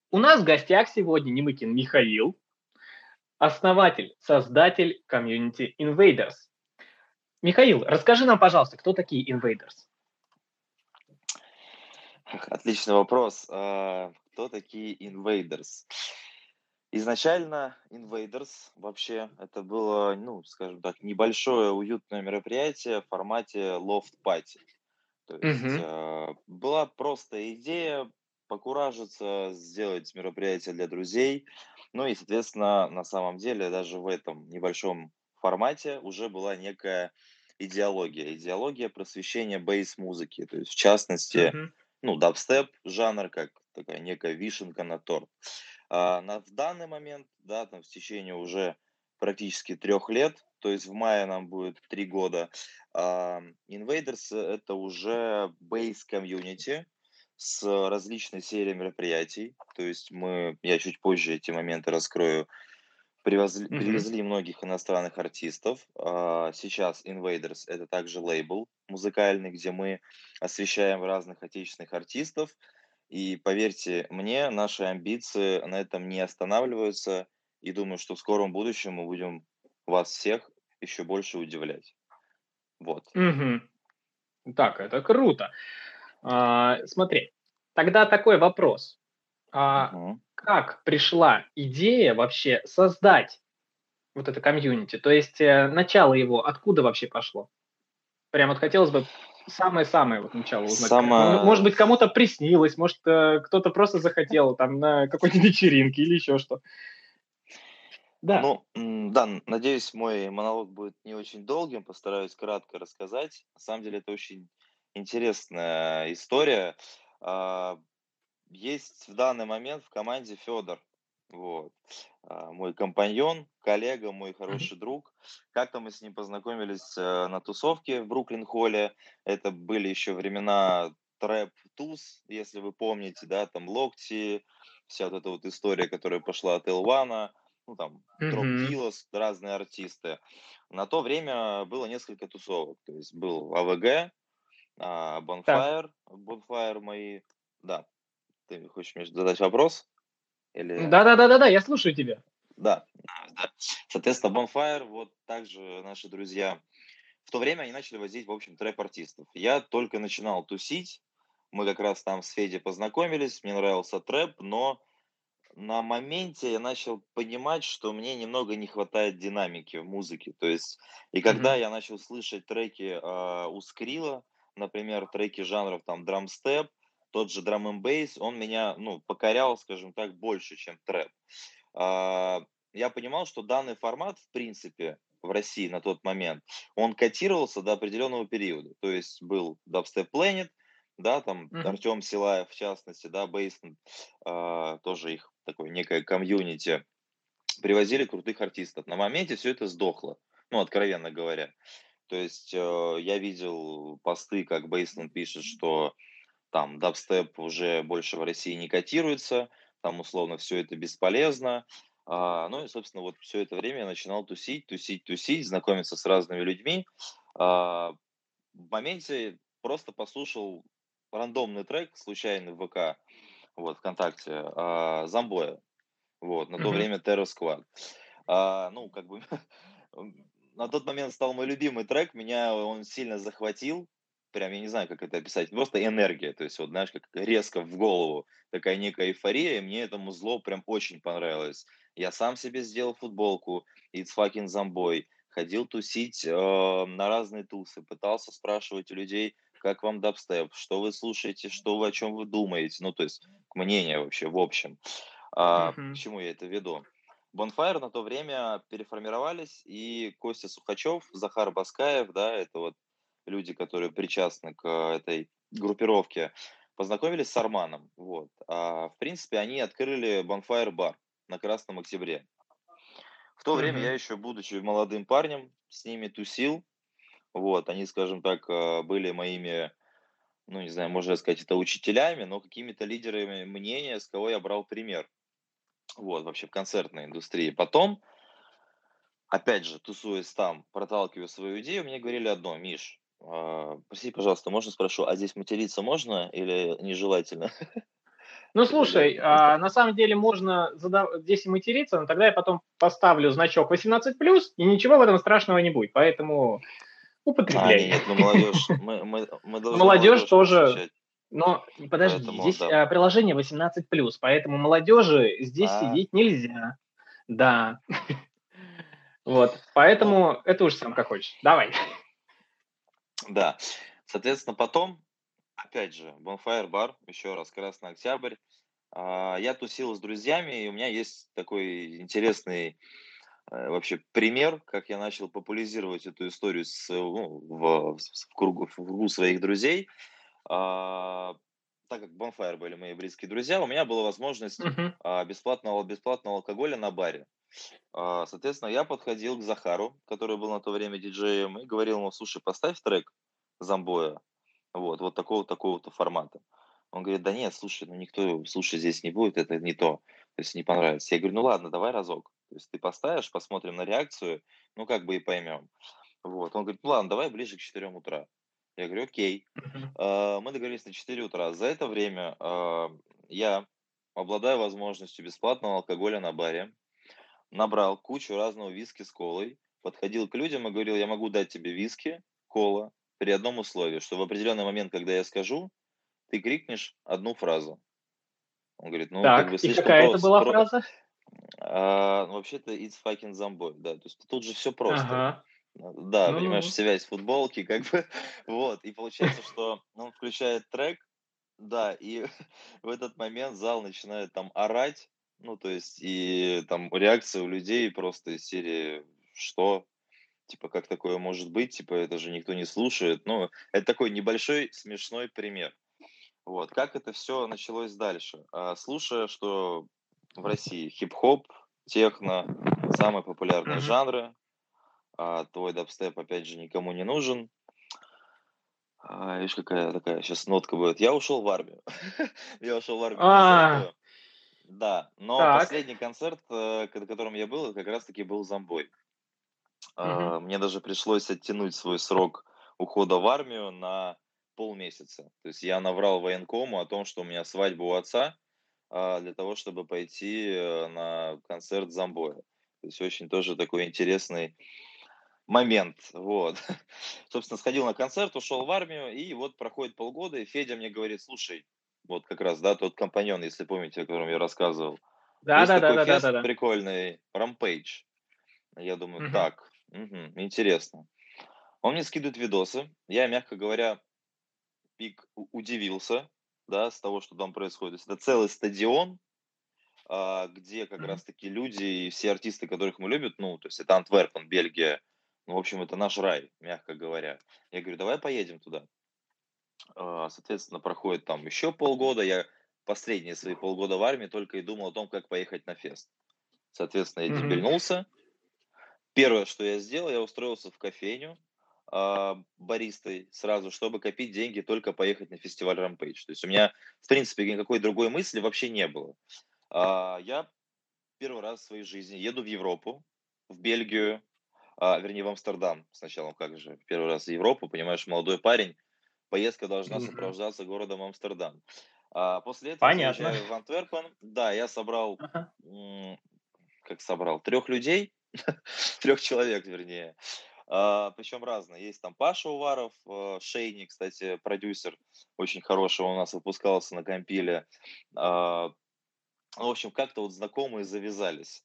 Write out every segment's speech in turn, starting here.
У нас в гостях сегодня Немыкин Михаил, основатель, создатель комьюнити Invaders. Михаил, расскажи нам, пожалуйста, кто такие Invaders? Отличный вопрос. Кто такие Invaders? Изначально Invaders вообще это было, ну, скажем так, небольшое уютное мероприятие в формате loft party. То есть Мгм. была просто идея покуражиться, сделать мероприятие для друзей. Ну и, соответственно, на самом деле даже в этом небольшом формате уже была некая идеология. Идеология просвещения бейс-музыки. То есть, в частности, Мгм. ну, дабстеп жанр, как такая некая вишенка на торт. В данный момент, да, там в течение уже практически 3 лет, то есть в мае нам будет 3 года, Invaders это уже base комьюнити с различной серией мероприятий. То есть я чуть позже эти моменты раскрою, Мгм. привезли многих иностранных артистов. Сейчас Invaders это также лейбл музыкальный, где мы освещаем разных отечественных артистов. И поверьте мне, наши амбиции на этом не останавливаются. И думаю, что в скором будущем мы будем вас всех еще больше удивлять. Вот. Мгм. Так, это круто. Смотри, тогда такой вопрос. Мгм. Как пришла идея вообще создать вот это комьюнити? То есть начало его откуда вообще пошло? Прям вот хотелось бы самое-самое вот начало узнать. Может Самое быть, кому-то приснилось, может, кто-то просто захотел там на какой-то вечеринке или еще что. Да. Ну, да, надеюсь, мой монолог будет не очень долгим, постараюсь кратко рассказать. На самом деле это очень интересная история. А, Есть в данный момент в команде Федор, вот, мой компаньон, коллега, мой Мгм. хороший друг. Как-то мы с ним познакомились на тусовке в Бруклин-холле. Это были еще времена трэп-туз, если вы помните, да, там Локти, вся вот эта вот история, которая пошла от Элвана, ну там Дроп Мгм. Киллос, разные артисты. На то время было несколько тусовок, то есть был АВГ, Так. Bonfire мои, да. Ты хочешь мне задать вопрос? Или Да-да-да-да-да, я слушаю тебя. да, да. Соответственно, Bonfire, вот также наши друзья. В то время они начали возить, в общем, трэп-артистов. Я только начинал тусить. Мы как раз там с Федей познакомились. Мне нравился трэп, но на моменте я начал понимать, что мне немного не хватает динамики в музыке. То есть, и когда Мгм. я начал слышать треки у Скрила, например, треки жанров там драмстеп, тот же драм н бейс, он меня, ну, покорял, скажем так, больше, чем трэп. А, я понимал, что данный формат, в принципе, в России на тот момент, он котировался до определенного периода. То есть был Dubstep Planet, да, там Мгм. Артем Силаев, в частности, да, Basement, тоже их такое некое комьюнити, привозили крутых артистов. На моменте все это сдохло, ну, откровенно говоря. То есть я видел посты, как Basement пишет, что там дабстеп уже больше в России не котируется, там условно все это бесполезно. Ну и, собственно, вот все это время я начинал тусить, знакомиться с разными людьми. В моменте просто послушал рандомный трек, случайный в ВК, вот, ВКонтакте, Зомбоя, вот, на то Мгм. время Terror Squad. Ну, как бы, на тот момент стал мой любимый трек, меня он сильно захватил, прям я не знаю, как это описать, просто энергия, то есть вот, знаешь, как резко в голову, такая некая эйфория, и мне это музло прям очень понравилось. Я сам себе сделал футболку It's fucking Zomboy, ходил тусить на разные тусы, пытался спрашивать у людей, как вам дабстеп, что вы слушаете, что вы, о чем вы думаете, ну, то есть мнение вообще в общем. К Мгм. чему я это веду? Bonfire на то время переформировались, и Костя Сухачев, Захар Баскаев, да, это вот люди, которые причастны к этой группировке, познакомились с Арманом. Вот. В принципе, они открыли Bonfire бар на Красном Октябре. В то время я Мгм. еще, будучи молодым парнем, с ними тусил. Вот. Они, скажем так, были моими, ну, не знаю, можно сказать, это учителями, но какими-то лидерами мнения, с кого я брал пример. Вот, вообще в концертной индустрии. Потом, опять же, тусуясь там, проталкивая свою идею, мне говорили одно: Миш, прости, пожалуйста, можно спрошу, а здесь материться можно или нежелательно? Ну, Это слушай, да, это на самом деле можно здесь и материться, но тогда я потом поставлю значок 18+, и ничего в этом страшного не будет. Поэтому употребляй. нет, мы молодежь, мы должны Молодежь молодежь тоже. просвещать, Но подожди, поэтому здесь да. приложение 18+, поэтому молодежи здесь А, сидеть нельзя. Да, вот. ну, Поэтому это уж сам как хочешь. Давай. да. Соответственно, потом, опять же, Bonfire Bar, еще раз, Красный Октябрь. Я тусил с друзьями, и у меня есть такой интересный вообще пример, как я начал популяризировать эту историю ну, в кругу своих друзей. А, Так как Bonfire были мои близкие друзья, у меня была возможность Мгм. бесплатного алкоголя на баре. Соответственно, я подходил к Захару, который был на то время диджеем, и говорил ему: слушай, поставь трек Замбоя, вот такого-то формата. Он говорит: да нет, слушай, ну никто слушать здесь не будет, это не то, то есть не понравится. Я говорю: ну ладно, давай разок. То есть ты поставишь, посмотрим на реакцию, ну как бы и поймем. Вот. Он говорит: ну ладно, давай ближе к 4 утра. Я говорю: окей. Мгм. Мы договорились на 4 утра. За это время я обладаю возможностью бесплатного алкоголя на баре, набрал кучу разного виски с колой, подходил к людям и говорил: я могу дать тебе виски, кола, при одном условии, что в определенный момент, когда я скажу, ты крикнешь одну фразу. Он говорит: ну, как Так, бы и слишком какая это просто. была фраза? Вообще-то it's fucking Zamboy, да, то есть тут же все просто. Ага. Да, понимаешь, Ну-ну-ну. себя из футболки, как бы, вот, и получается, что он включает трек, да, и в этот момент зал начинает там орать, ну, то есть, и там реакция у людей просто из серии: "Что? Типа, как такое может быть? Типа, это же никто не слушает". Ну, это такой небольшой смешной пример. Вот. Как это все началось дальше? Слушая, что в России хип-хоп, техно — самые популярные Мгм. жанры, твой дабстеп, опять же, никому не нужен. Видишь, какая такая сейчас нотка будет. Я ушел в армию. Я ушел в армию не из-за А, этого. Да, но так. последний концерт, на котором я был, это как раз таки был "Зомбой". Мгм. Мне даже пришлось оттянуть свой срок ухода в армию на полмесяца. То есть я наврал военкому о том, что у меня свадьба у отца, для того, чтобы пойти, на концерт "Зомбоя". То есть очень тоже такой интересный момент. Вот. Собственно, сходил на концерт, ушел в армию, и вот проходит полгода, и Федя мне говорит: слушай, вот как раз, да, тот компаньон, если помните, о котором я рассказывал, есть такой фест Да-да-да-да-да-да-да. прикольный Rampage. Я думаю: Мгм. так, интересно. Он мне скидывает видосы. Я, мягко говоря, удивился, да, с того, что там происходит. То есть это целый стадион, где как Мгм. раз-таки люди и все артисты, которых мы любим, ну, то есть это Антверпен, Бельгия, ну, в общем, это наш рай, мягко говоря. Я говорю: давай поедем туда. Соответственно, проходит там еще полгода. Я последние свои полгода в армии только и думал о том, как поехать на фест. Соответственно, я Мгм. дебильнулся. Первое, что я сделал, я устроился в кофейню баристой сразу, чтобы копить деньги, только поехать на фестиваль Rampage. То есть у меня, в принципе, никакой другой мысли вообще не было. Я первый раз в своей жизни еду в Европу, в Бельгию, вернее, в Амстердам сначала, как же, первый раз в Европу, понимаешь, молодой парень, поездка должна Мгм. сопровождаться городом Амстердам. После этого Понятно. заезжаю в Антверпен. Да, я собрал, Ага. как собрал, 3 людей, 3 человек, вернее. Причем разные. Есть там Паша Уваров, Шейни, кстати, продюсер, очень хороший, он у нас выпускался на компиле. А, ну, в общем, как-то вот знакомые завязались.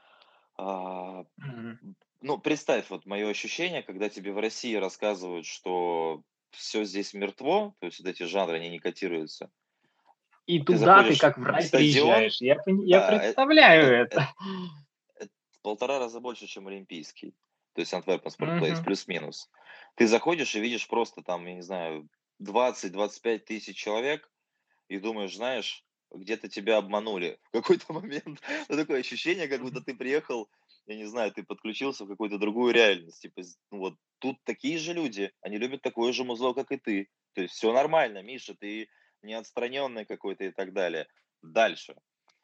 А, Мгм. ну, представь вот мое ощущение, когда тебе в России рассказывают, что все здесь мертво, то есть вот эти жанры, они не котируются. И Ты туда ты заходишь как в в рай стадион, приезжаешь. Я да, представляю это это. в 1,5 раза больше, чем олимпийский, то есть Antwerp Sport Place, Мгм. плюс-минус. Ты заходишь и видишь просто там, я не знаю, 20-25 тысяч человек, и думаешь, знаешь, где-то тебя обманули в какой-то момент. Ну, такое ощущение, как будто Мгм. ты приехал, я не знаю, ты подключился в какую-то другую реальность. Типа, ну вот тут такие же люди, они любят такое же музло, как и ты. То есть все нормально, Миша, ты не отстраненный какой-то и так далее. Дальше.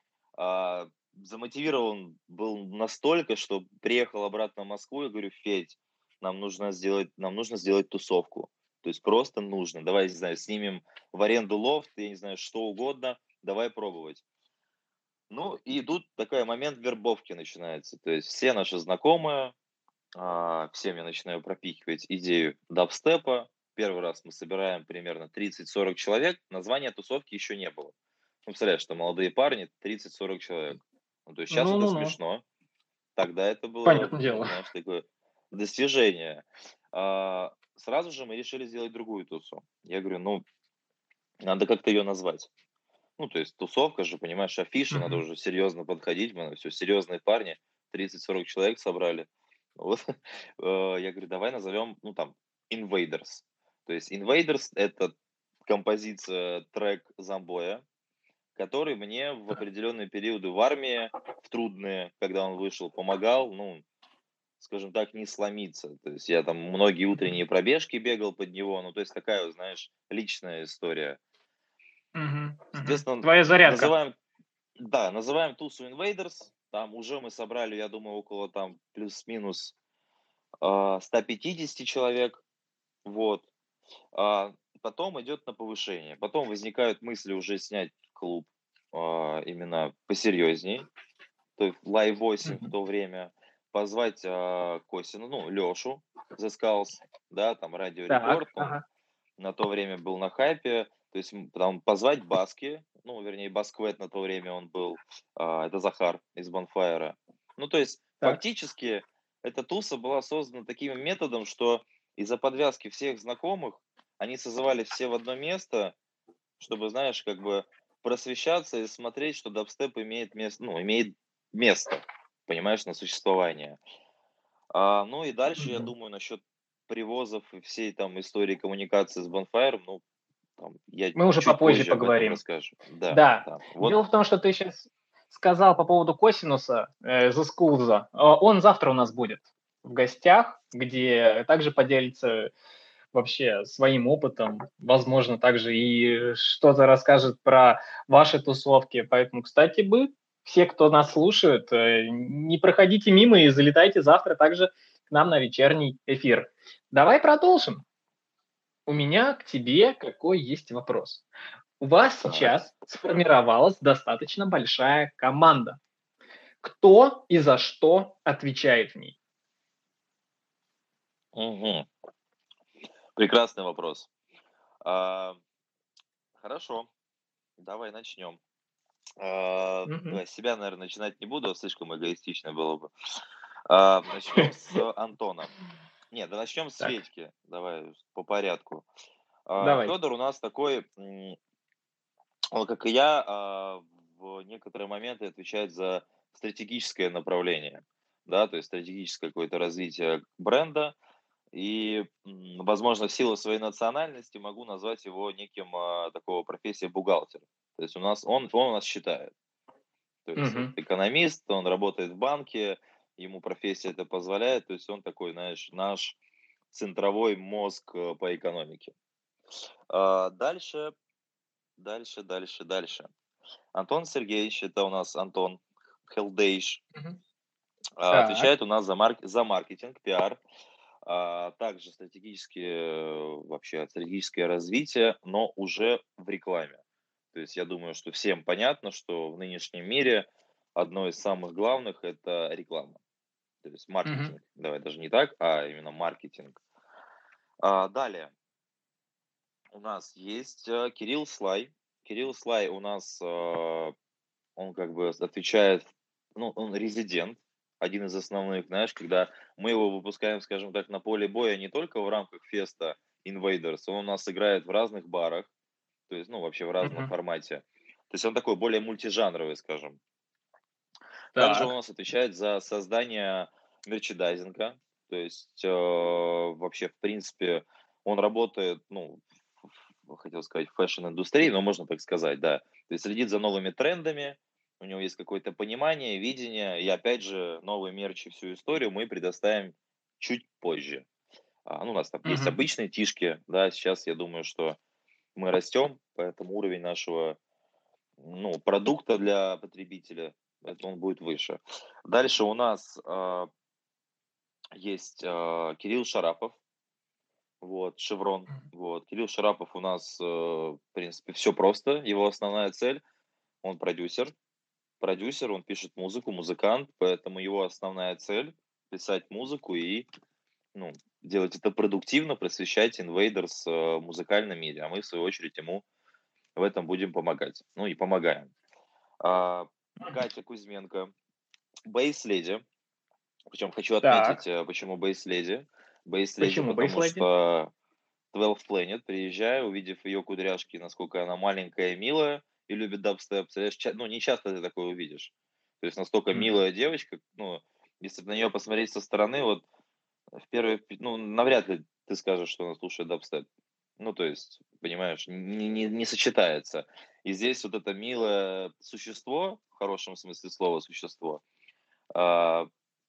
Замотивирован был настолько, что приехал обратно в Москву и говорю: Федь, нам нужно сделать тусовку. То есть просто нужно. Давай, не знаю, снимем в аренду лофт, я не знаю, что угодно. давай пробовать. Ну, и тут такой момент вербовки начинается. То есть все наши знакомые, всем я начинаю пропихивать идею дабстепа. Первый раз мы собираем примерно 30-40 человек. Названия тусовки еще не было. Ну, представляешь, что молодые парни, 30-40 человек. Ну, то есть сейчас это Ну-ну-ну, смешно. Тогда это было, понятное ну, дело. знаешь, такое достижение. Сразу же мы решили сделать другую тусу. Я говорю, ну, надо как-то ее назвать. Ну, то есть тусовка же, понимаешь, афиши, надо Мгм. уже серьезно подходить. Мы все серьезные парни, 30-40 человек собрали. Вот. Я говорю, давай назовем, ну, там, Invaders. То есть Invaders — это композиция, трек Замбоя, который мне в определенные периоды в армии, в трудные, когда он вышел, помогал, ну, скажем так, не сломиться. То есть я там многие Мгм. утренние пробежки бегал под него, ну, то есть такая, вот, знаешь, личная история. Мгм. Мгм. Соответственно, Твоя зарядка. называем, да, называем тусу Invaders. Там уже мы собрали, я думаю, около там плюс-минус 150 человек. Вот. А, Потом идет на повышение. Потом возникают мысли уже снять клуб именно посерьезней. То есть Live 8 в Мгм. то время. Позвать Косина, ну, Лешу The Skulls, да, там Радио Так, Рекорд, он ага. на то время был на хайпе. То есть там позвать Баски, ну, вернее, Басквет на то время он был, это Захар из Bonfire. Ну, то есть Так. фактически эта туса была создана таким методом, что из-за подвязки всех знакомых они созывали все в одно место, чтобы, знаешь, как бы просвещаться и смотреть, что дабстеп имеет место, ну, имеет место, понимаешь, на существование. Ну и дальше, я Мгм. думаю, насчет привозов и всей там истории коммуникации с Bonfire, ну, там, я Мы уже чуть попозже позже об этом поговорим. расскажу. Да, Да. да. Вот. Дело в том, что ты сейчас сказал по поводу косинуса Зискулза. Он завтра у нас будет в гостях, где также поделится вообще своим опытом, возможно, также и что-то расскажет про ваши тусовки. Поэтому, кстати, все, кто нас слушает, не проходите мимо и залетайте завтра также к нам на вечерний эфир. Давай продолжим. У меня к тебе какой есть вопрос. У вас Так. сейчас сформировалась достаточно большая команда. Кто и за что отвечает в ней? Мгм. Прекрасный вопрос. А, Хорошо, давай начнем. Мгм. С себя, наверное, начинать не буду, слишком эгоистично было бы. Начнем с Антона. Нет, да начнем с Так, Федьки. Давай по порядку. давай. Федор у нас такой, он, как и я, в некоторые моменты отвечает за стратегическое направление, да, то есть стратегическое какое-то развитие бренда. И, возможно, в силу своей национальности могу назвать его неким такого профессия бухгалтер. То есть он у нас считает. То есть вот Мгм. экономист, он работает в банке, ему профессия это позволяет. То есть он такой, знаешь, наш центровой мозг по экономике. Дальше, дальше. Антон Сергеевич, это у нас Антон Хелдейш, Мгм. Так. отвечает у нас за маркетинг, пиар, также вообще стратегическое развитие, но уже в рекламе. То есть я думаю, что всем понятно, что в нынешнем мире одно из самых главных — это реклама. То есть Мгм. маркетинг. Давай даже не так, а именно маркетинг. Далее у нас есть Кирилл Слай. Кирилл Слай у нас он как бы отвечает, ну, он резидент, один из основных, знаешь, когда мы его выпускаем, скажем так, на поле боя не только в рамках феста Invaders, он у нас играет в разных барах, то есть, ну, вообще в разном Мгм. формате. То есть он такой более мультижанровый, скажем. Также он у Так. нас отвечает за создание мерчендайзинга, то есть вообще, в принципе, он работает, ну, хотел сказать, в фэшн-индустрии, но можно так сказать, да. То есть следит за новыми трендами, у него есть какое-то понимание, видение, и опять же, новый мерч и всю историю мы предоставим чуть позже. Ну, у нас там есть Мгм. обычные тишки, да, сейчас я думаю, что мы растем, поэтому уровень нашего, ну, продукта для потребителя, это он будет выше. Дальше у нас есть Кирилл Шарапов, вот, Шеврон. Мгм. Вот. Кирилл Шарапов у нас, в принципе, все просто. Его основная цель — он продюсер, он пишет музыку, музыкант, поэтому его основная цель писать музыку и, ну, делать это продуктивно, просвещать инвейдерс в музыкальном мире, а мы, в свою очередь, ему в этом будем помогать. Ну и помогаем. А, Катя Кузьменко, бейс-леди. Причем хочу отметить, Так, почему бейс-леди. Бейс-леди, почему потому Бейследи? что 12 Planet, приезжаю, увидев ее кудряшки, насколько она маленькая и милая, и любит дабстеп. Представляешь, ну, не часто ты такое увидишь. То есть настолько Мгм. милая девочка, ну, если на нее посмотреть со стороны, вот в первые, ну, навряд ли ты скажешь, что она слушает дабстеп. Ну, то есть, понимаешь, не сочетается. И здесь вот это милое существо, в хорошем смысле слова существо, а,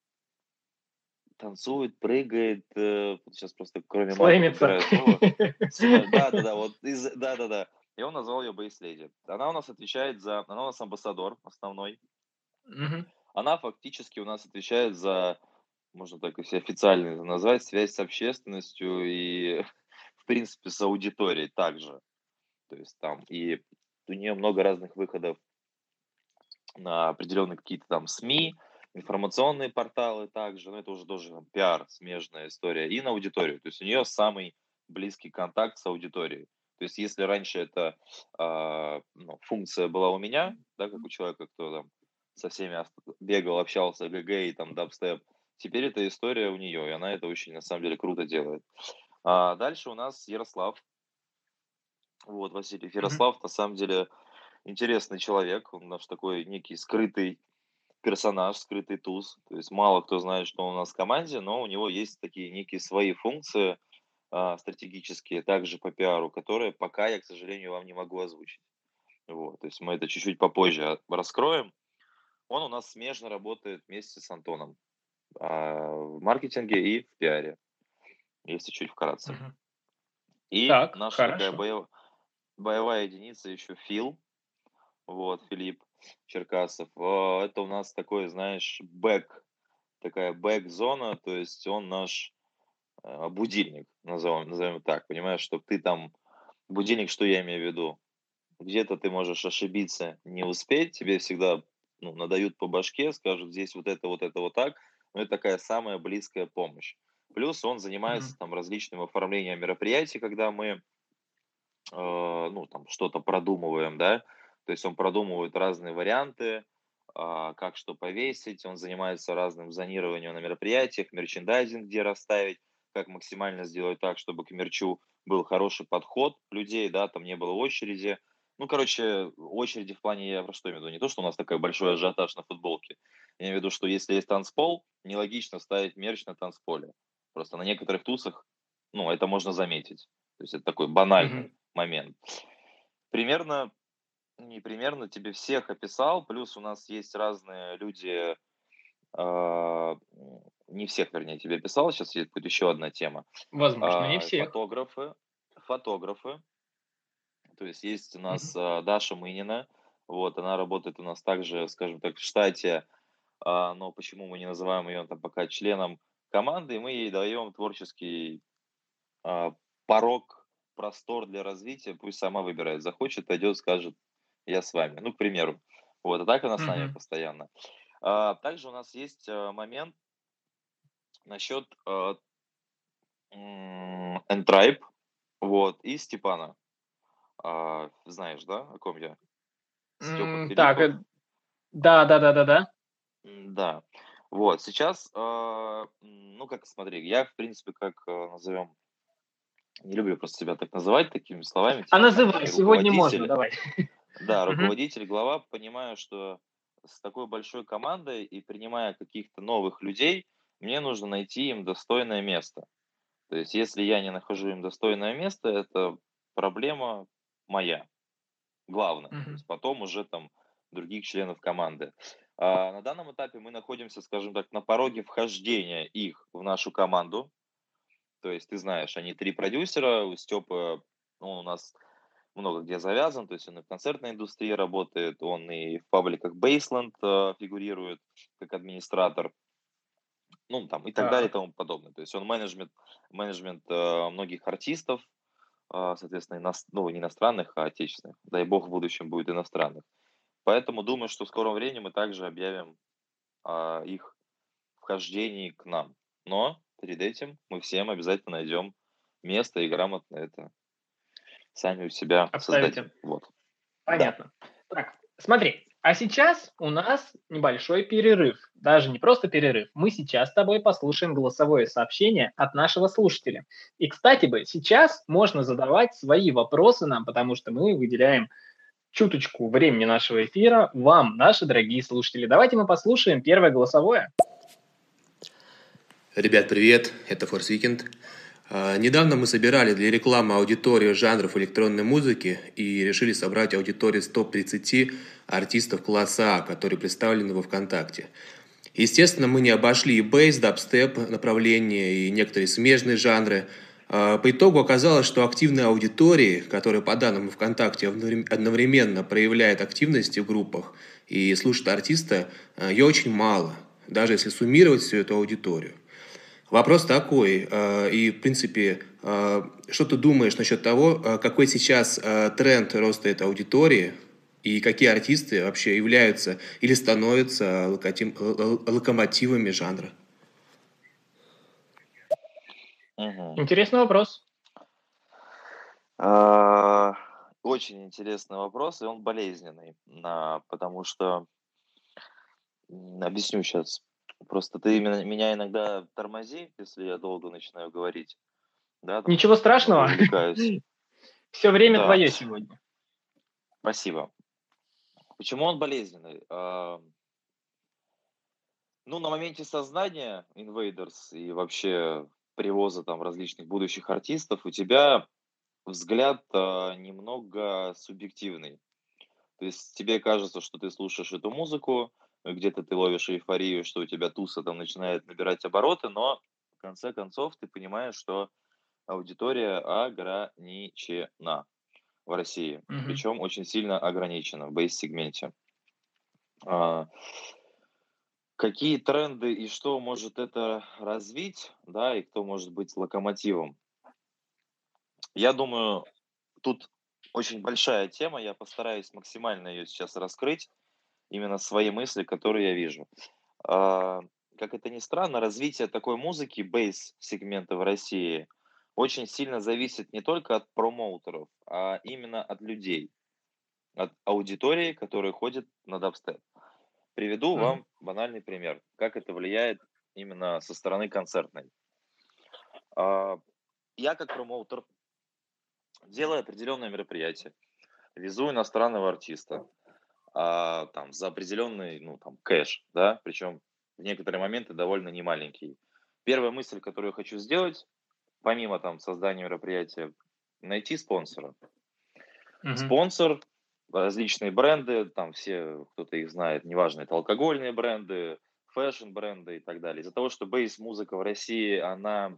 танцует, прыгает, сейчас просто кроме мата Слэмится. подбираю слово. Да-да-да, вот да-да-да. И он назвал ее Бейс Леди. Она у нас амбассадор основной. Мгм. Она фактически у нас отвечает за, можно так если официально это назвать, связь с общественностью и, в принципе, с аудиторией также. То есть там и у нее много разных выходов на определенные какие-то там СМИ, информационные порталы также, но это уже тоже там пиар, смежная история, и на аудиторию. То есть у нее самый близкий контакт с аудиторией. То есть если раньше эта ну, функция была у меня, да, как у человека, кто там со всеми бегал, общался, ГГ и там дабстеп, теперь эта история у нее, и она это очень, на самом деле, круто делает. Дальше у нас Ярослав. Вот, Василий Мгм. Ярослав, на самом деле, интересный человек, он наш такой некий скрытый персонаж, скрытый туз. То есть мало кто знает, что он у нас в команде, но у него есть такие некие свои функции стратегические, также по пиару, которые пока я, к сожалению, вам не могу озвучить. Вот, то есть мы это чуть-чуть попозже раскроем. Он у нас смежно работает вместе с Антоном в маркетинге и в пиаре, если чуть вкратце. Мгм. И Так, наша такая хорошо. боевая единица еще Фил, вот, Филипп Черкасов. Это у нас такой, знаешь, такая бэк-зона, то есть он наш будильник, назовем так, понимаешь, чтобы ты там, будильник, что я имею в виду, где-то ты можешь ошибиться, не успеть, тебе всегда ну, надают по башке, скажут, здесь вот так, но это такая самая близкая помощь. Плюс он занимается Мгм. там различным оформлением мероприятий, когда мы ну, там что-то продумываем, да, то есть он продумывает разные варианты, как что повесить, он занимается разным зонированием на мероприятиях, мерчендайзинг где расставить, как максимально сделать так, чтобы к мерчу был хороший подход людей, да, там не было очереди. Ну, короче, очереди в плане, я про что имею в виду, не то, что у нас такой большой ажиотаж на футболке, я имею в виду, что если есть танцпол, нелогично ставить мерч на танцполе. Просто на некоторых тусах, ну, это можно заметить. То есть это такой Мгм. банальный момент. Примерно, не примерно тебе всех описал, плюс у нас есть разные люди, не всех, вернее, тебе описал, сейчас будет еще одна тема. Возможно, не всех. Фотографы, то есть у нас Мгм. Даша Мынина, вот, она работает у нас также, скажем так, в штате, но почему мы не называем ее там пока членом команды, и мы ей даем творческий а, порог, простор для развития, пусть сама выбирает. Захочет, пойдет, скажет, я с вами. Ну, к примеру. Вот, а так она с нами Мгм. постоянно. Также у нас есть момент насчет N-Tribe, вот, и Степана. Знаешь, да, о ком я? Степа Так, Филиппов. да-да-да-да-да. Да. Вот, сейчас, ну, как смотри, я, в принципе, как, назовем, не люблю просто себя так называть такими словами, А типа там называй, некий сегодня можно, руководитель. давай. Да, Мгм. руководитель, глава, понимаю, что с такой большой командой и принимая каких-то новых людей, мне нужно найти им достойное место. То есть, если я не нахожу им достойное место, это проблема моя, главная. То Мгм. есть, потом уже там других членов команды. На данном этапе мы находимся, скажем так, на пороге вхождения их в нашу команду. То есть, ты знаешь, они три продюсера, у Степы, он у нас много где завязан, то есть он и в концертной индустрии работает, он и в пабликах Baseland фигурирует как администратор, ну, там, и так далее и Так. тому подобное. То есть он менеджмент многих артистов, соответственно, ну, не иностранных, а отечественных. Дай бог, в будущем будет иностранных. Поэтому думаю, что в скором времени мы также объявим о их вхождении к нам. Но перед этим мы всем обязательно найдем место и грамотно это сами у себя Обставите. создадим. Вот. Да. Понятно. Так, смотри, а сейчас у нас небольшой перерыв. Даже не просто перерыв. Мы сейчас с тобой послушаем голосовое сообщение от нашего слушателя. И, кстати бы, сейчас можно задавать свои вопросы нам, потому что мы выделяем чуточку времени нашего эфира вам, наши дорогие слушатели. Давайте мы послушаем первое голосовое. Ребят, привет, это Force Weekend. Недавно мы собирали для рекламы аудиторию жанров электронной музыки и решили собрать аудиторию с топ-30 артистов класса А, которые представлены во ВКонтакте. Естественно, мы не обошли и бейс, дабстеп направления, и некоторые смежные жанры. По итогу оказалось, что активной аудитории, которая по данным ВКонтакте одновременно проявляет активность в группах и слушает артиста, ее очень мало, даже если суммировать всю эту аудиторию. Вопрос такой, и, в принципе, что ты думаешь насчет того, какой сейчас тренд роста этой аудитории, и какие артисты вообще являются или становятся локомотивами жанра? Интересный вопрос. Очень интересный вопрос, и он болезненный, потому что, объясню сейчас, просто ты меня иногда тормози, если я долго начинаю говорить, да, потому Ничего что немного страшного. увлекаюсь. Все время Да, твое сегодня. спасибо. Почему он болезненный? Ну, на моменте создания Invaders и вообще привоза там различных будущих артистов у тебя взгляд немного субъективный. То есть тебе кажется, что ты слушаешь эту музыку, где-то ты ловишь эйфорию, что у тебя туса там начинает набирать обороты, но в конце концов ты понимаешь, что аудитория ограничена в России, Мгм. причем очень сильно ограничена в бейс-сегменте. А, Какие тренды и что может это развить, да, и кто может быть локомотивом? Я думаю, тут очень большая тема, я постараюсь максимально ее сейчас раскрыть, именно свои мысли, которые я вижу. А, Как это ни странно, развитие такой музыки, бейс-сегмента в России, очень сильно зависит не только от промоутеров, а именно от людей, от аудитории, которая ходит на дабстеп. Приведу Мгм. вам банальный пример, как это влияет именно со стороны концертной. А, Я как промоутер делаю определенное мероприятие, везу иностранного артиста, там, за определенный, ну, там, кэш, да, причем в некоторые моменты довольно немаленький. Первая мысль, которую я хочу сделать, помимо там создания мероприятия, найти спонсора. Мгм. Спонсор, различные бренды, там все, кто-то их знает, неважно, это алкогольные бренды, фэшн-бренды и так далее. Из-за того, что бейс-музыка в России, она,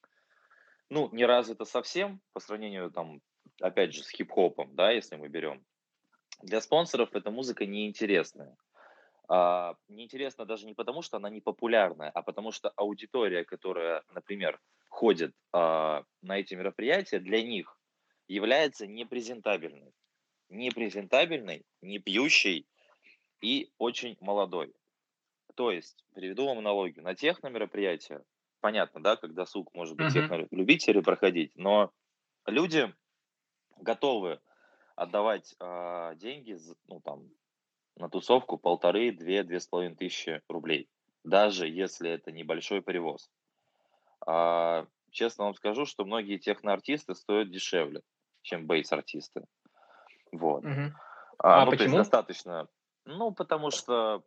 ну, не развита совсем по сравнению, там, опять же, с хип-хопом, да, если мы берем. Для спонсоров эта музыка неинтересная. Неинтересна даже не потому, что она не популярная, а потому что аудитория, которая, например, ходит на эти мероприятия, для них является непрезентабельной. Непрезентабельной, не пьющей и очень молодой. То есть, приведу вам аналогию. На техно-мероприятия, понятно, да, когда досуг, может быть, Мгм. техно-любители проходить, но люди готовы отдавать деньги, ну, там, на тусовку 1500–2500 рублей, даже если это небольшой привоз. Честно вам скажу, что многие техноартисты стоят дешевле, чем бейс-артисты. Вот. Мгм. Ну, то есть Почему? достаточно, ну, потому что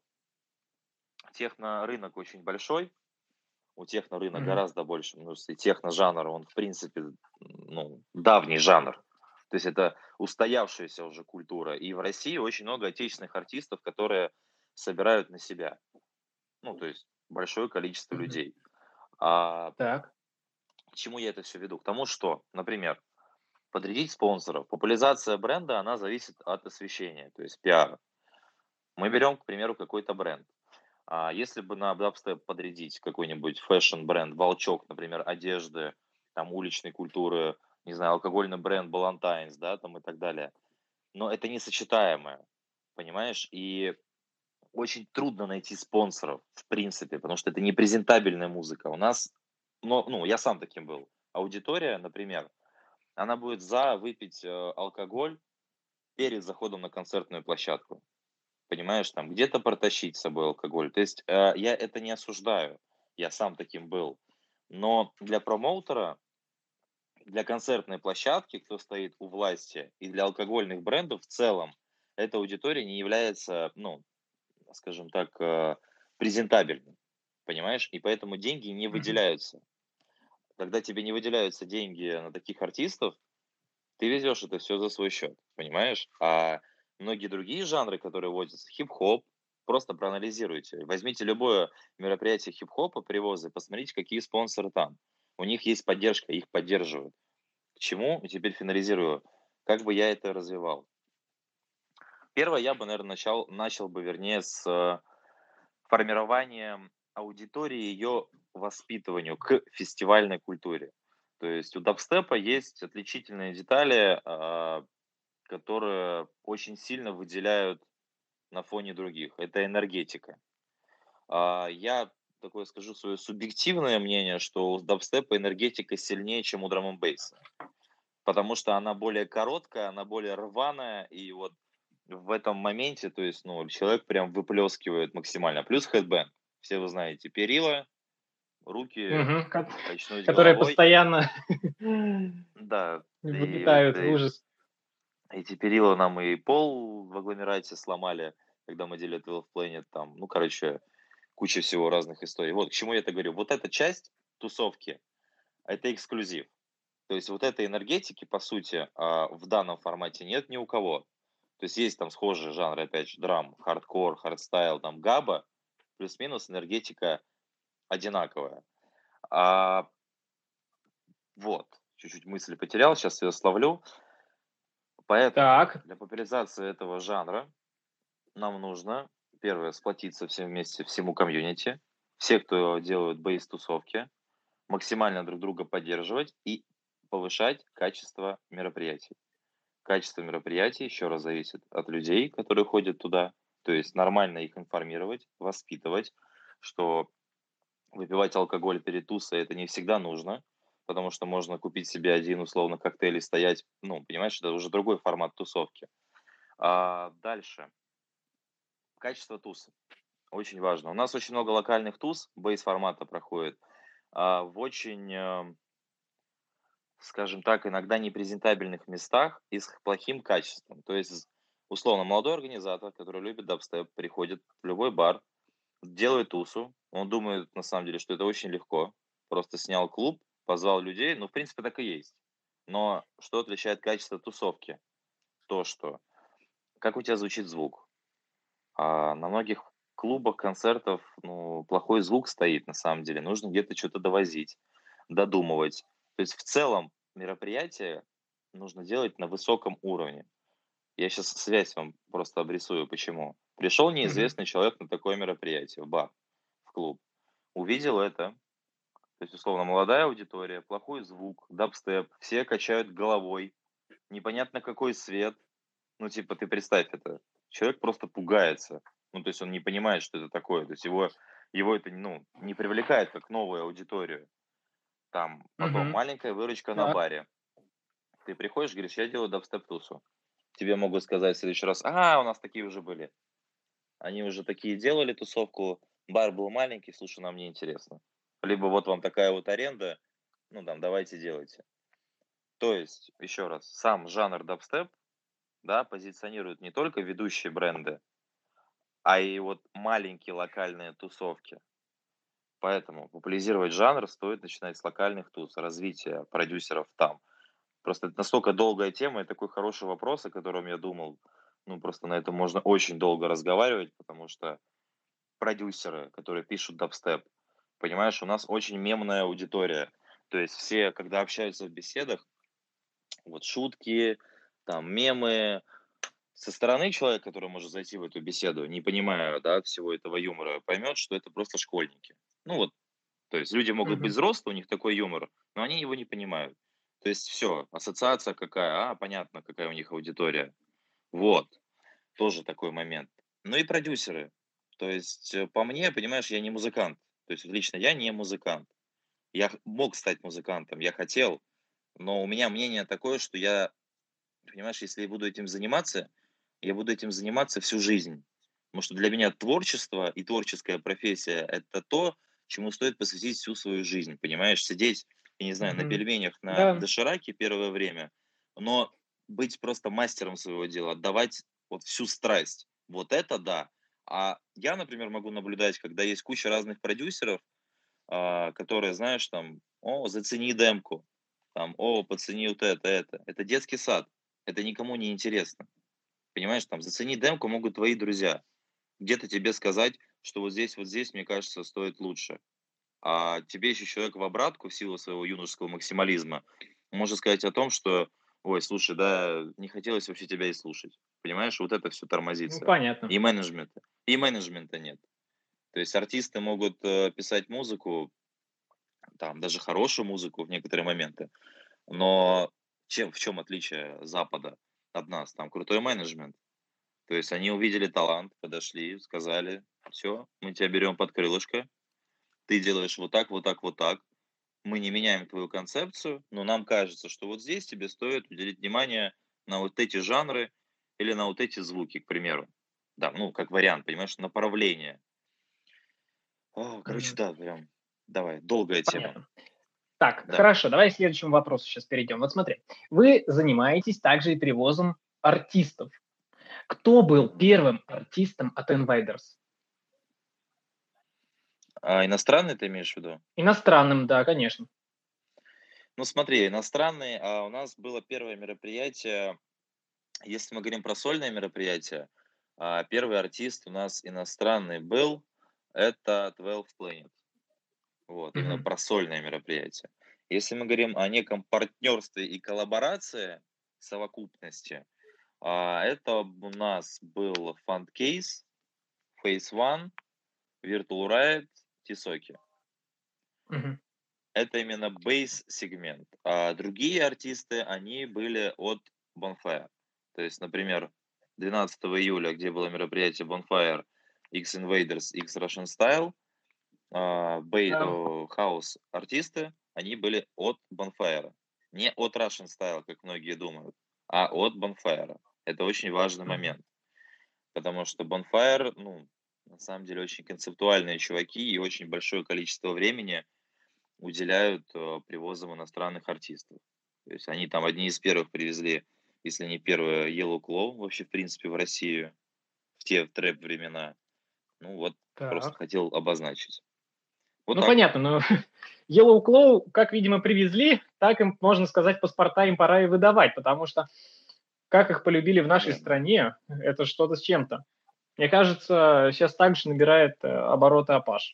техно-рынок очень большой, у техно-рынка Мгм. гораздо больше, потому что и техно-жанр, он, в принципе, ну, давний жанр. То есть это устоявшаяся уже культура. И в России очень много отечественных артистов, которые собирают на себя. Ну, то есть большое количество Мгм. людей. А Так. к чему я это все веду? К тому, что, например, подрядить спонсоров. Популяризация бренда, она зависит от освещения, то есть пиара. Мы берем, к примеру, какой-то бренд. Если бы на дабстеп подрядить какой-нибудь фэшн-бренд, Волчок, например, одежды, там, уличной культуры, не знаю, алкогольный бренд Балантайнс, да, там и так далее. Но это несочетаемое. понимаешь? И очень трудно найти спонсоров, в принципе, потому что это не презентабельная музыка. У нас, ну, я сам таким был. Аудитория, например, она будет за выпить алкоголь перед заходом на концертную площадку. Понимаешь, там где-то протащить с собой алкоголь. То есть я это не осуждаю, я сам таким был. Но для промоутера, для концертной площадки, кто стоит у власти, и для алкогольных брендов в целом, эта аудитория не является, ну, скажем так, презентабельной. Понимаешь? И поэтому деньги не Мгм. выделяются. Когда тебе не выделяются деньги на таких артистов, ты везешь это все за свой счет, понимаешь? А многие другие жанры, которые вводятся, хип-хоп, просто проанализируйте. Возьмите любое мероприятие хип-хопа, привозы, посмотрите, какие спонсоры там. У них есть поддержка, их поддерживают. К чему? И теперь финализирую. Как бы я это развивал? Первое, я бы, наверное, начал бы, вернее, с формирования аудитории, ее воспитыванию к фестивальной культуре. То есть у дабстепа есть отличительные детали, которые очень сильно выделяют на фоне других. Это энергетика. Я такое скажу свое субъективное мнение, что у дабстепа энергетика сильнее, чем у драм н бейса, потому что она более короткая, она более рваная, и вот в этом моменте, то есть, ну, человек прям выплескивает максимально. Плюс хэдбэнд. Все вы знаете, перила, руки, Мгм. качнуть Которые головой. постоянно Да, и вот вылетают в ужас. эти перила нам и пол в агломерате сломали, когда мы делали 12 Planet там. Ну, короче, куча всего разных историй. Вот к чему я это говорю. Вот эта часть тусовки, это эксклюзив. То есть вот этой энергетики, по сути, в данном формате нет ни у кого. То есть есть там схожие жанры, опять же, драм, хардкор, хардстайл, там габа, плюс-минус энергетика одинаковая. А, вот, чуть-чуть мысли потерял, сейчас ее словлю. Поэтому Так. для популяризации этого жанра нам нужно, первое, сплотиться всем вместе, всему комьюнити, все, кто делают бейс-тусовки, максимально друг друга поддерживать и повышать качество мероприятий. Качество мероприятий еще раз зависит от людей, которые ходят туда. То есть нормально их информировать, воспитывать, что выпивать алкоголь перед тусой это не всегда нужно, потому что можно купить себе один условно коктейль и стоять, ну, понимаешь, это уже другой формат тусовки. Дальше. Качество туса. Очень важно. У нас очень много локальных туз, бейс-формата проходит, в очень, скажем так, иногда непрезентабельных местах и с плохим качеством. То есть, условно, молодой организатор, который любит дабстеп, приходит в любой бар, делает тусу. Он думает, на самом деле, что это очень легко. Просто снял клуб, позвал людей. Ну, в принципе, так и есть. Но что отличает качество тусовки? То, что как у тебя звучит звук. На многих клубах, концертов, ну, плохой звук стоит, на самом деле. Нужно где-то что то довозить, додумывать. То есть в целом мероприятие нужно делать на высоком уровне. Я сейчас связь вам просто обрисую, почему. Пришел Мгм. неизвестный человек на такое мероприятие, в бар, в клуб. Увидел это, то есть, условно, молодая аудитория, плохой звук, дабстеп, все качают головой, непонятно какой свет. Ну, типа, ты представь это. Человек просто пугается. Ну, то есть он не понимает, что это такое. То есть его это, ну, не привлекает как новую аудиторию. Там потом Мгм. маленькая выручка на Так. баре. Ты приходишь, говоришь, я делаю дабстеп-тусу. Тебе могут сказать в следующий раз, у нас такие уже были. Они уже такие делали тусовку, бар был маленький, слушай, нам не интересно. Либо вот вам такая вот аренда, ну там, давайте делайте. То есть, еще раз, сам жанр дабстеп, да, позиционирует не только ведущие бренды, а и вот маленькие локальные тусовки. Поэтому популяризировать жанр стоит начинать с локальных туз, развития продюсеров там. Просто это настолько долгая тема и такой хороший вопрос, о котором я думал. Ну, просто на этом можно очень долго разговаривать, потому что продюсеры, которые пишут дабстеп, понимаешь, у нас очень мемная аудитория. То есть все, когда общаются в беседах, вот шутки, там мемы, со стороны человек, который может зайти в эту беседу, не понимая, да, всего этого юмора, поймет, что это просто школьники. Ну вот, то есть люди могут быть Мгм. взрослые, у них такой юмор, но они его не понимают. То есть все, ассоциация какая, понятно, какая у них аудитория. Вот. тоже такой момент. Ну и продюсеры. То есть, по мне, понимаешь, я не музыкант. То есть, вот лично я не музыкант. Мог стать музыкантом, я хотел, но у меня мнение такое, что я, понимаешь, если я буду этим заниматься, я буду этим заниматься всю жизнь. Потому что для меня творчество и творческая профессия — это то, чему стоит посвятить всю свою жизнь, понимаешь? Сидеть, я не знаю, на Мгм. пельменях, на Да, дошираке первое время, но быть просто мастером своего дела, отдавать вот всю страсть. Вот это да. А я, например, могу наблюдать, когда есть куча разных продюсеров, которые, знаешь, там: "О, зацени демку", там: "О, пацани вот это". Это детский сад. Это никому не интересно. Понимаешь, там зацени демку могут твои друзья. Где-то тебе сказать, что вот здесь, мне кажется, стоит лучше. А тебе еще человек в обратку в силу своего юношеского максимализма может сказать о том, что: "Ой, слушай, да не хотелось вообще тебя и слушать". Понимаешь, вот это все ну тормозится. понятно. И менеджмента нет. То есть артисты могут, писать музыку, там даже хорошую музыку в некоторые моменты, но в чем отличие Запада от нас? Там крутой менеджмент. То есть они увидели талант, подошли, сказали: "Все, мы тебя берем под крылышко, ты делаешь вот так, вот так, вот так. Мы не меняем твою концепцию, но нам кажется, что вот здесь тебе стоит уделить внимание на вот эти жанры или на вот эти звуки", к примеру. Да, ну, как вариант, понимаешь, направление. Короче, Мгм. да, прям давай, долгая тема. Понятно. Так, Да. хорошо, давай к следующему вопросу сейчас перейдем. Вот смотри, вы занимаетесь также и перевозом артистов. Кто был Мгм. первым артистом от Invaders? А иностранный ты имеешь в виду? Иностранным, да, конечно. Ну, смотри, иностранный, у нас было первое мероприятие. Если мы говорим про сольное мероприятие, первый артист у нас иностранный был — это 12 Planet. Вот, именно Мгм. про сольное мероприятие. Если мы говорим о неком партнерстве и коллаборации, совокупности, это у нас был Fundcase, Phase One, Virtual Riot, Тисоки. Мгм. Это именно бейс-сегмент. А другие артисты, они были от Bonfire. То есть, например, 12 июля, где было мероприятие Bonfire, X Invaders, X Russian Style, Да. хаус-артисты, они были от Bonfire. Не от Russian Style, как многие думают, а от Bonfire. Это очень важный Мгм. момент, потому что Bonfire, ну, на самом деле, очень концептуальные чуваки и очень большое количество времени уделяют, привозам иностранных артистов. То есть они там одни из первых привезли, если не первые, Yellow Claw вообще, в принципе, в Россию в те трэп-времена. Ну вот, просто Так. хотел обозначить. Вот Ну, так. понятно, но Yellow Claw, как, видимо, привезли, так им, можно сказать, паспорта им пора и выдавать, потому что как их полюбили в нашей Верно. стране, это что-то с чем-то. Мне кажется, сейчас также набирает обороты Апаш.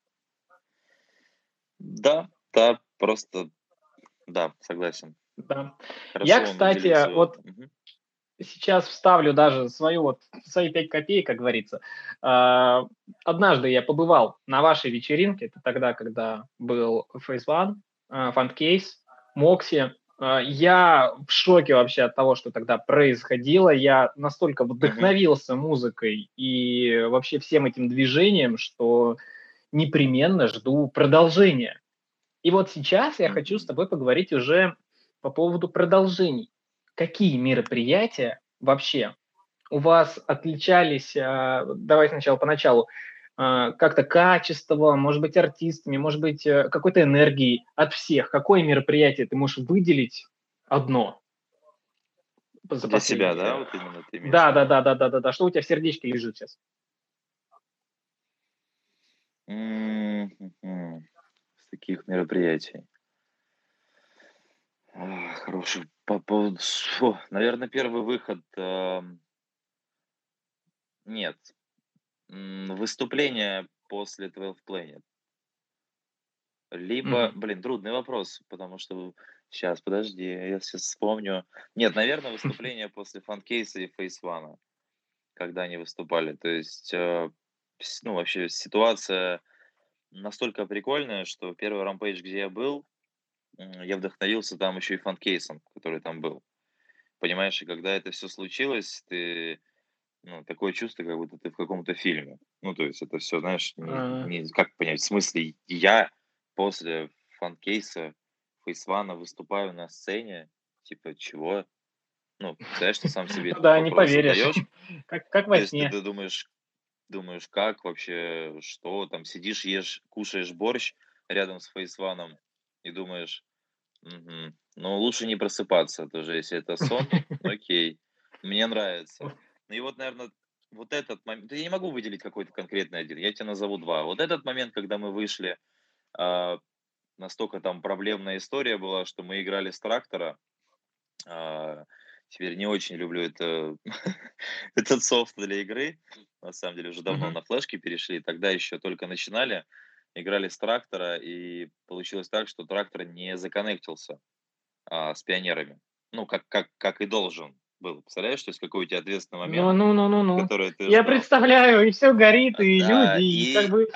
Да, да, просто да, согласен. Да. Я, Хорошо он кстати, выделился. вот сейчас вставлю даже свои 5 копеек, как говорится. А, Однажды я побывал на вашей вечеринке, это тогда, когда был Phase One, Fundcase, Мокси. Я в шоке вообще от того, что тогда происходило. Я настолько Мгм. вдохновился музыкой и вообще всем этим движением, что непременно жду продолжения. И вот сейчас я хочу с Мгм. тобой поговорить уже по поводу продолжений. Какие мероприятия вообще у вас отличались, давай сначала поначалу, как-то качеством, может быть, артистами, может быть, какой-то энергией от всех? Какое мероприятие ты можешь выделить одно за Для себя, да, последние? вот именно ты имеешь в Да, да, виду? да, да, да, да, да. Что у тебя в сердечке лежит сейчас? Мгм. С таких мероприятий. Хороший по поводу наверно, первый выход, нет, выступление после 12 Planet. Либо, Мгм. блин, трудный вопрос, потому что сейчас, подожди, я сейчас вспомню. Нет, наверное, выступление после Фанкейса и Фейс Вана, когда они выступали. То есть, ну, вообще ситуация настолько прикольная, что первый рампейдж, где я был, я вдохновился там еще и Фанкейсом, который там был. Понимаешь, и когда это все случилось, ты Ну, такое чувство, как будто ты в каком-то фильме. Ну, то есть это все, знаешь, А, как понять, в смысле, я после фанкейса Фейсвана выступаю на сцене, типа, чего? Ну, представляешь, ты сам себе Ну этот да, не вопрос поверишь. задаешь. Как То во есть ты, сне. ты думаешь, как вообще, что там, сидишь, ешь, кушаешь борщ рядом с Фейсваном и думаешь, мгм, ну, лучше не просыпаться тоже, если это сон, окей, мне нравится. Ну и вот, наверное, вот этот момент, я не могу выделить какой-то конкретный один, я тебе назову два. Вот этот момент, когда мы вышли, а, настолько там проблемная история была, что мы играли с трактора. А, Теперь не очень люблю этот софт для игры. На самом деле уже давно Мгм. на флешки перешли. Тогда еще только начинали, играли с трактора, и получилось так, что трактор не законнектился с пионерами. Ну, как и должен был. Представляешь, то есть какой у тебя ответственный момент, Ну. который ты Я ждал. представляю, и все горит, и люди, Да, и как бы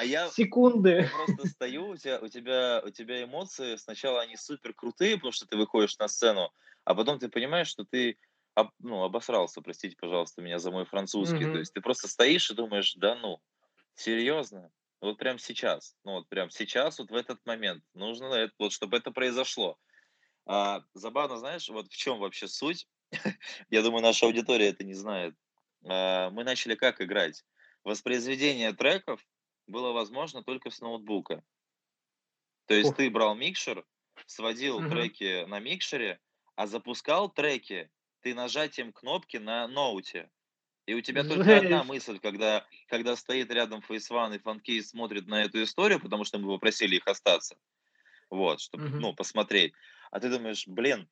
я секунды. просто стою, у тебя эмоции, сначала они супер крутые, потому что ты выходишь на сцену, а потом ты понимаешь, что ты ну, обосрался, простите, пожалуйста, меня за мой французский. То Мгм. есть ты просто стоишь и думаешь, да ну, серьезно? Вот прям сейчас, ну вот прям сейчас, вот в этот момент нужно вот, чтобы это произошло. Забавно, знаешь, вот в чем вообще суть? Я думаю, наша аудитория это не знает. Мы начали как играть? Воспроизведение треков было возможно только с ноутбука. То есть Фух. ты брал микшер, сводил Мгм. треки на микшере, а запускал треки ты нажатием кнопки на ноуте. И у тебя только одна Жесть. мысль, когда стоит рядом Фейсван и Фанкей смотрит на эту историю, потому что мы попросили их остаться, вот, чтобы, Мгм. ну, посмотреть. А ты думаешь, блин,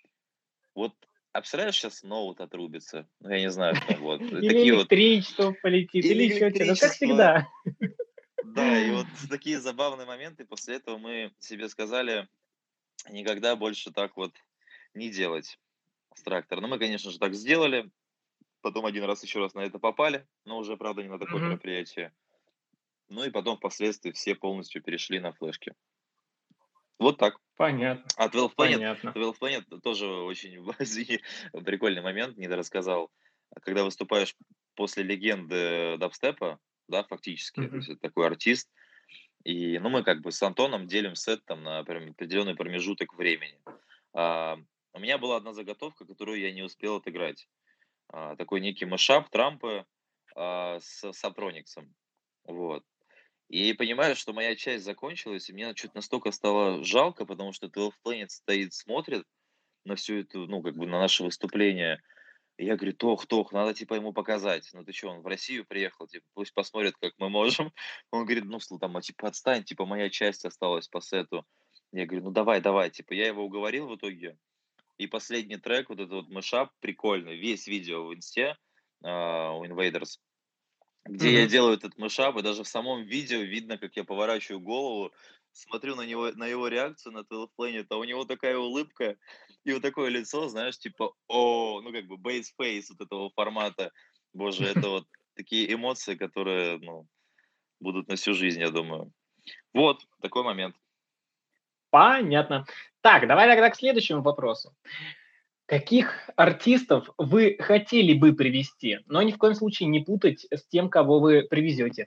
вот, а представляешь, сейчас ноут отрубится? Ну, я не знаю, там вот. И Или такие вот. электричество полетит, или Или еще что-то. Ну, как электричество. всегда. Да, и вот такие забавные моменты. После этого мы себе сказали никогда больше так вот не делать с трактором. Но мы, конечно же, так сделали. Потом один раз еще раз на это попали, но уже, правда, не на такое Мгм. мероприятие. Ну и потом впоследствии все полностью перешли на флешки. Вот так. Понятно. А 12 Planet, Понятно. 12 Planet тоже очень извини, прикольный момент, не дорассказал. Когда выступаешь после легенды дабстепа, да, фактически, то Мгм. есть это такой артист, и, ну, мы как бы с Антоном делим сет там на определенный промежуток времени. А, у меня была одна заготовка, которую я не успел отыграть. Такой некий мышап Трампа с Сапрониксом. Вот. И понимаю, что моя часть закончилась, и мне чё-то настолько стало жалко, потому что 12 Planet стоит, смотрит на всю эту, ну, как бы на наше выступление. И я говорю: "Тох, надо типа ему показать". Ну ты чё, он в Россию приехал, типа, пусть посмотрит, как мы можем. Он говорит: "Ну, там, типа, отстань, типа, моя часть осталась по сету". Я говорю: "Ну, давай". Типа, я его уговорил в итоге. И последний трек, вот этот вот мешап прикольный, весь видео в инсте, у Invaders, где я Мгм. делаю этот мешап, и даже в самом видео видно, как я поворачиваю голову, смотрю на него, на его реакцию на 12 Planet, а у него такая улыбка и вот такое лицо, знаешь, типа, ну как бы base face вот этого формата. Боже, это вот такие эмоции, которые, ну, будут на всю жизнь, я думаю. Вот, такой момент. Понятно. Так, давай тогда к следующему вопросу. Каких артистов вы хотели бы привести, но ни в коем случае не путать с тем, кого вы привезете?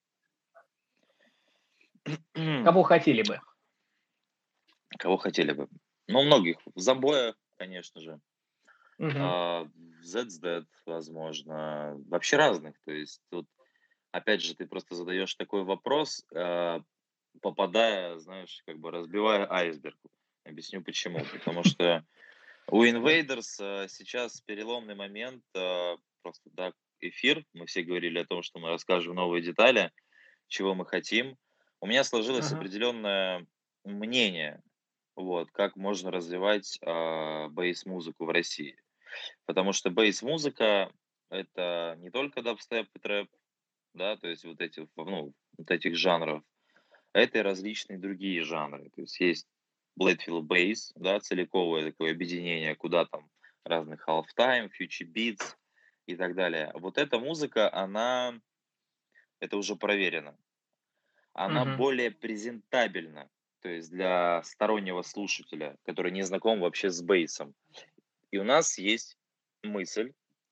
Кого хотели бы? Кого хотели бы? Ну, многих. Замбоя, конечно же. Мгм. Zed's Dead, возможно. Вообще разных. То есть тут, опять же, ты просто задаешь такой вопрос, попадая, знаешь, как бы разбивая айсберг. Объясню почему. Потому что у Invaders сейчас переломный момент, просто, да, эфир. Мы все говорили о том, что мы расскажем новые детали, чего мы хотим. У меня сложилось Ага. определенное мнение, вот, как можно развивать бейс-музыку в России. Потому что бейс-музыка это не только дабстеп и трэп, да, то есть вот эти, ну, вот этих жанров, это и различные другие жанры. То есть есть Bladefield Bass, да, целиковое такое объединение, куда там разных halftime, future beats и так далее. Вот эта музыка, это уже проверено. Она Мгм. более презентабельна, то есть для стороннего слушателя, который не знаком вообще с бейсом. И у нас есть мысль,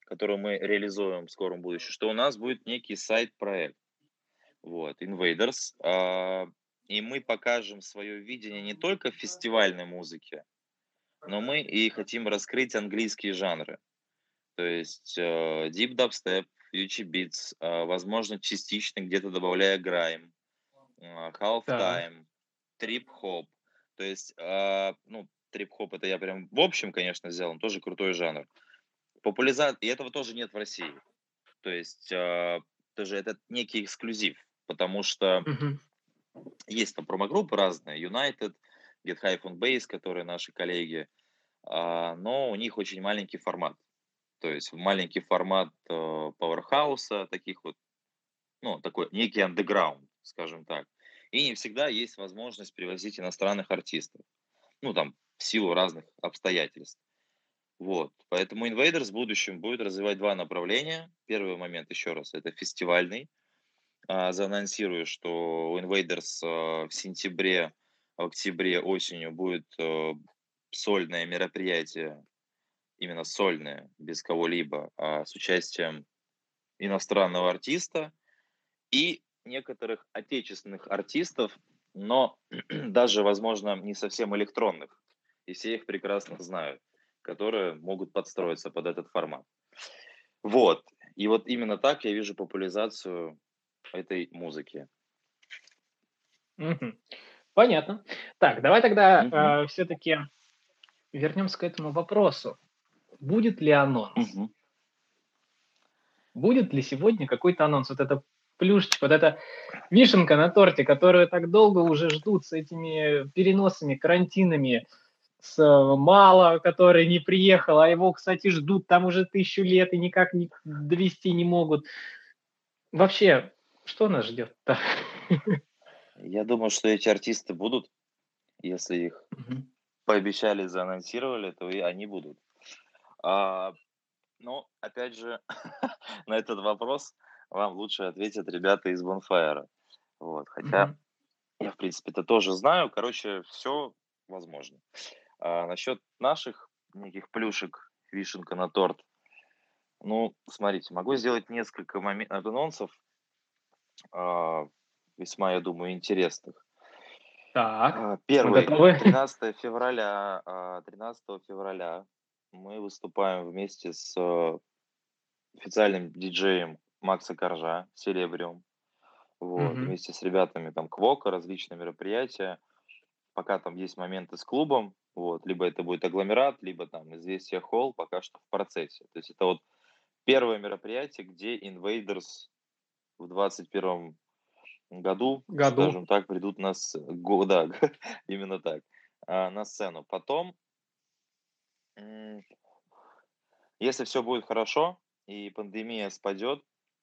которую мы реализуем в скором будущем, что у нас будет некий сайт-проект, вот, Invaders, и мы покажем свое видение не только в фестивальной музыке, но мы и хотим раскрыть английские жанры. То есть deep dubstep, future beats, возможно, частично где-то добавляя грайм, Так. half-time, трип-хоп. То есть, ну, трип-хоп это я прям в общем, конечно, взял, он тоже крутой жанр. И этого тоже нет в России. То есть, тоже это некий эксклюзив, потому что Мгм. есть там промогруппы разные, United, Get High on Bass, которые наши коллеги, но у них очень маленький формат. То есть маленький формат пауэрхауса, таких вот, ну, такой некий андеграунд, скажем так. И не всегда есть возможность привозить иностранных артистов. Ну, там, в силу разных обстоятельств. Вот. Поэтому Invaders в будущем будет развивать два направления. Первый момент, еще раз, это фестивальный. Заанонсирую, что у Invaders в сентябре, октябре, осенью будет сольное мероприятие, именно сольное, без кого-либо, с участием иностранного артиста и некоторых отечественных артистов, но даже, возможно, не совсем электронных. И все их прекрасно знают, которые могут подстроиться под этот формат. Вот. И вот именно так я вижу популяризацию этой музыки. Мгм. Понятно. Так, давай Мгм. тогда все-таки вернемся к этому вопросу. Будет ли анонс? Мгм. Будет ли сегодня какой-то анонс? Вот это плюшечка, вот эта вишенка на торте, которую так долго уже ждут с этими переносами, карантинами, с Мало, который не приехал, а его, кстати, ждут там уже 1000 лет и никак не довести не могут. Вообще, что нас ждет-то? Я думаю, что эти артисты будут, если их Мгм. пообещали, заанонсировали, то и они будут. А, но, опять же, на этот вопрос вам лучше ответят ребята из Bonfire. Вот, хотя Мгм. я, в принципе, это тоже знаю. Короче, все возможно. Насчет наших неких плюшек, вишенка на торт. Ну, смотрите, могу сделать несколько анонсов, а, весьма, я думаю, интересных. Так, мы Первый, готовы? 13 февраля мы выступаем вместе с официальным диджеем Макса Коржа, Селебриум. Вот, Мгм. вместе с ребятами там Квока, различные мероприятия. Пока там есть моменты с клубом, вот, либо это будет агломерат, либо там Известия Холл, пока что в процессе. То есть это вот первое мероприятие, где Invaders в 21 году, Году. скажем так, придут да, именно так, на сцену. Потом, м, если все будет хорошо и пандемия спадет,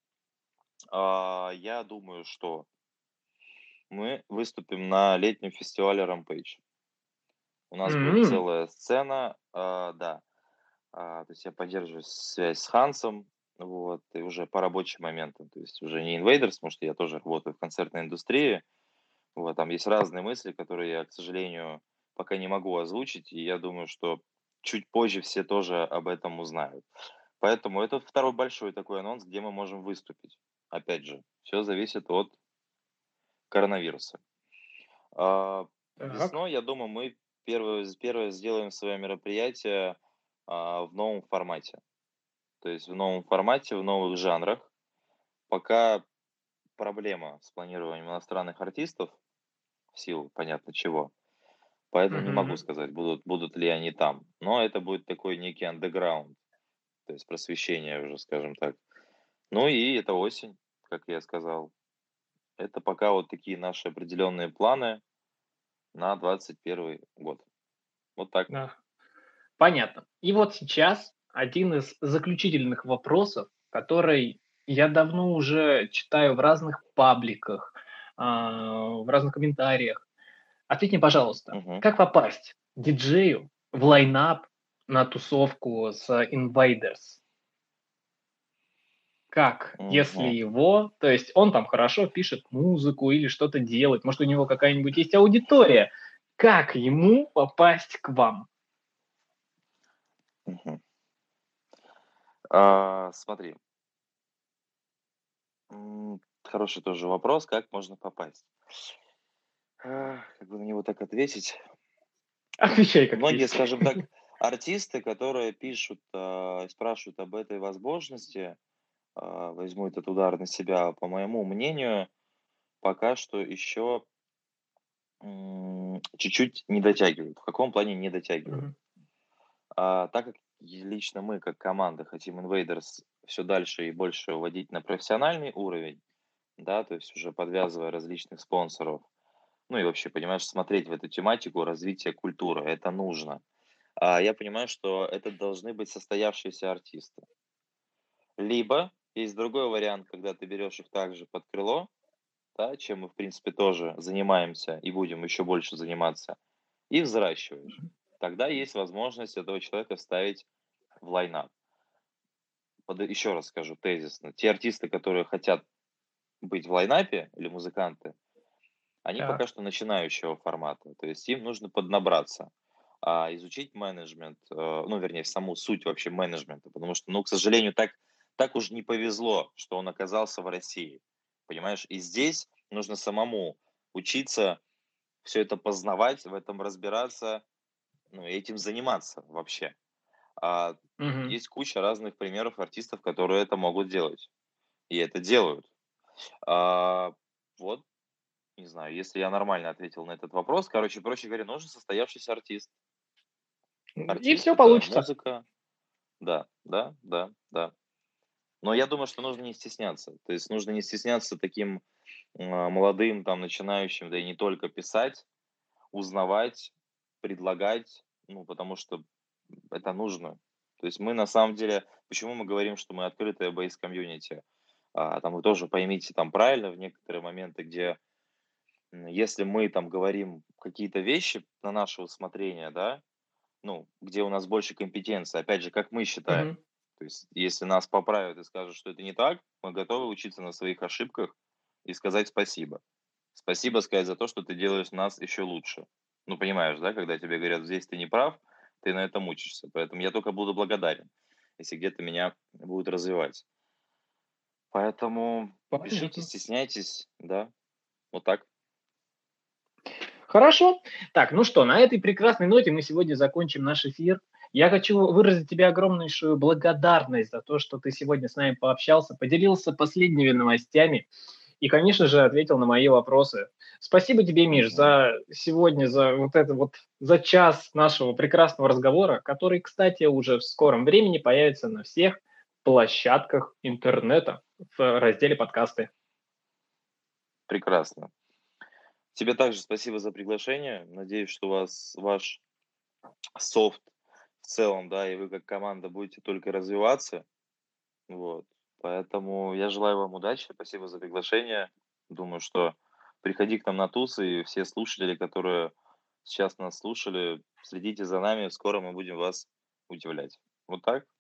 я думаю, что мы выступим на летнем фестивале Rampage. У нас будет М. целая сцена, да. То есть я поддерживаю связь с Хансом, вот, и уже по рабочим моментам, то есть уже не Invaders, потому что я тоже работаю в концертной индустрии, вот, там есть разные мысли, которые я, к сожалению, пока не могу озвучить, и я думаю, что чуть позже все тоже об этом узнают. Поэтому это второй большой такой анонс, где мы можем выступить. Опять же, все зависит от коронавируса. Так. Весной, я думаю, мы первое сделаем свое мероприятие в новом формате. То есть в новом формате, в новых жанрах. Пока проблема с планированием иностранных артистов, в силу понятно чего. Поэтому не могу Мгм. сказать, будут ли они там. Но это будет такой некий андеграунд, то есть просвещение уже, скажем так. Ну и это осень, как я сказал. Это пока вот такие наши определенные планы на 21 год. Вот так. Да. Понятно. И вот сейчас один из заключительных вопросов, который я давно уже читаю в разных пабликах, в разных комментариях. Ответь мне, пожалуйста, Мгм. как попасть диджею в лайнап на тусовку с Invaders? Как, если Мгм. его, то есть он там хорошо пишет музыку или что-то делает, может, у него какая-нибудь есть аудитория, как ему попасть к вам? Мгм. Смотри, хороший тоже вопрос, как можно попасть. Как бы на него так ответить? Отвечай как Многие, есть. скажем так, артисты, которые пишут, спрашивают об этой возможности, возьму этот удар на себя, по моему мнению, пока что еще чуть-чуть не дотягивают. В каком плане не дотягивают? Мгм. Так как лично мы, как команда, хотим Invaders все дальше и больше уводить на профессиональный уровень, да, то есть уже подвязывая различных спонсоров, ну и вообще, понимаешь, смотреть в эту тематику развития культуры, это нужно. Я понимаю, что это должны быть состоявшиеся артисты. Либо есть другой вариант, когда ты берешь их также под крыло, да, чем мы, в принципе, тоже занимаемся и будем еще больше заниматься, и взращиваешь. Тогда есть возможность этого человека вставить в лайнап. Еще раз скажу тезисно. Те артисты, которые хотят быть в лайнапе или музыканты, они пока Так. что начинающего формата. То есть им нужно поднабраться, изучить менеджмент, ну, вернее, саму суть вообще менеджмента. Потому что, ну, к сожалению, так уж не повезло, что он оказался в России. Понимаешь? И здесь нужно самому учиться все это познавать, в этом разбираться, ну, и этим заниматься вообще. А Мгм. есть куча разных примеров артистов, которые это могут делать. И это делают. А, вот, не знаю, если я нормально ответил на этот вопрос. Короче, проще говоря, нужен состоявшийся артист. И Артист — все это получится. музыка. Да, да, да, да. Но я думаю, что нужно не стесняться. То есть нужно не стесняться таким молодым, там, начинающим, да и не только писать, узнавать, предлагать, ну, потому что это нужно. То есть мы на самом деле, почему мы говорим, что мы открытая бейс-комьюнити? Там вы тоже поймите там правильно в некоторые моменты, где если мы там говорим какие-то вещи на наше усмотрение, да, ну, где у нас больше компетенции, опять же, как мы считаем. Мгм. То есть, если нас поправят и скажут, что это не так, мы готовы учиться на своих ошибках и сказать спасибо. Спасибо сказать за то, что ты делаешь нас еще лучше. Ну, понимаешь, да, когда тебе говорят, здесь ты не прав, ты на этом учишься. Поэтому я только буду благодарен, если где-то меня будут развивать. Поэтому пишите, Понятно. стесняйтесь, да, вот так. Хорошо. Так, ну что, на этой прекрасной ноте мы сегодня закончим наш эфир. Я хочу выразить тебе огромнейшую благодарность за то, что ты сегодня с нами пообщался, поделился последними новостями и, конечно же, ответил на мои вопросы. Спасибо тебе, Миш, Мгм. за сегодня, за вот это вот, за час нашего прекрасного разговора, который, кстати, уже в скором времени появится на всех площадках интернета в разделе подкасты. Прекрасно. Тебе также спасибо за приглашение. Надеюсь, что у вас ваш софт в целом, да, и вы как команда будете только развиваться. Вот. Поэтому я желаю вам удачи. Спасибо за приглашение. Думаю, что приходи к нам на тусы, и все слушатели, которые сейчас нас слушали, следите за нами. Скоро мы будем вас удивлять. Вот так?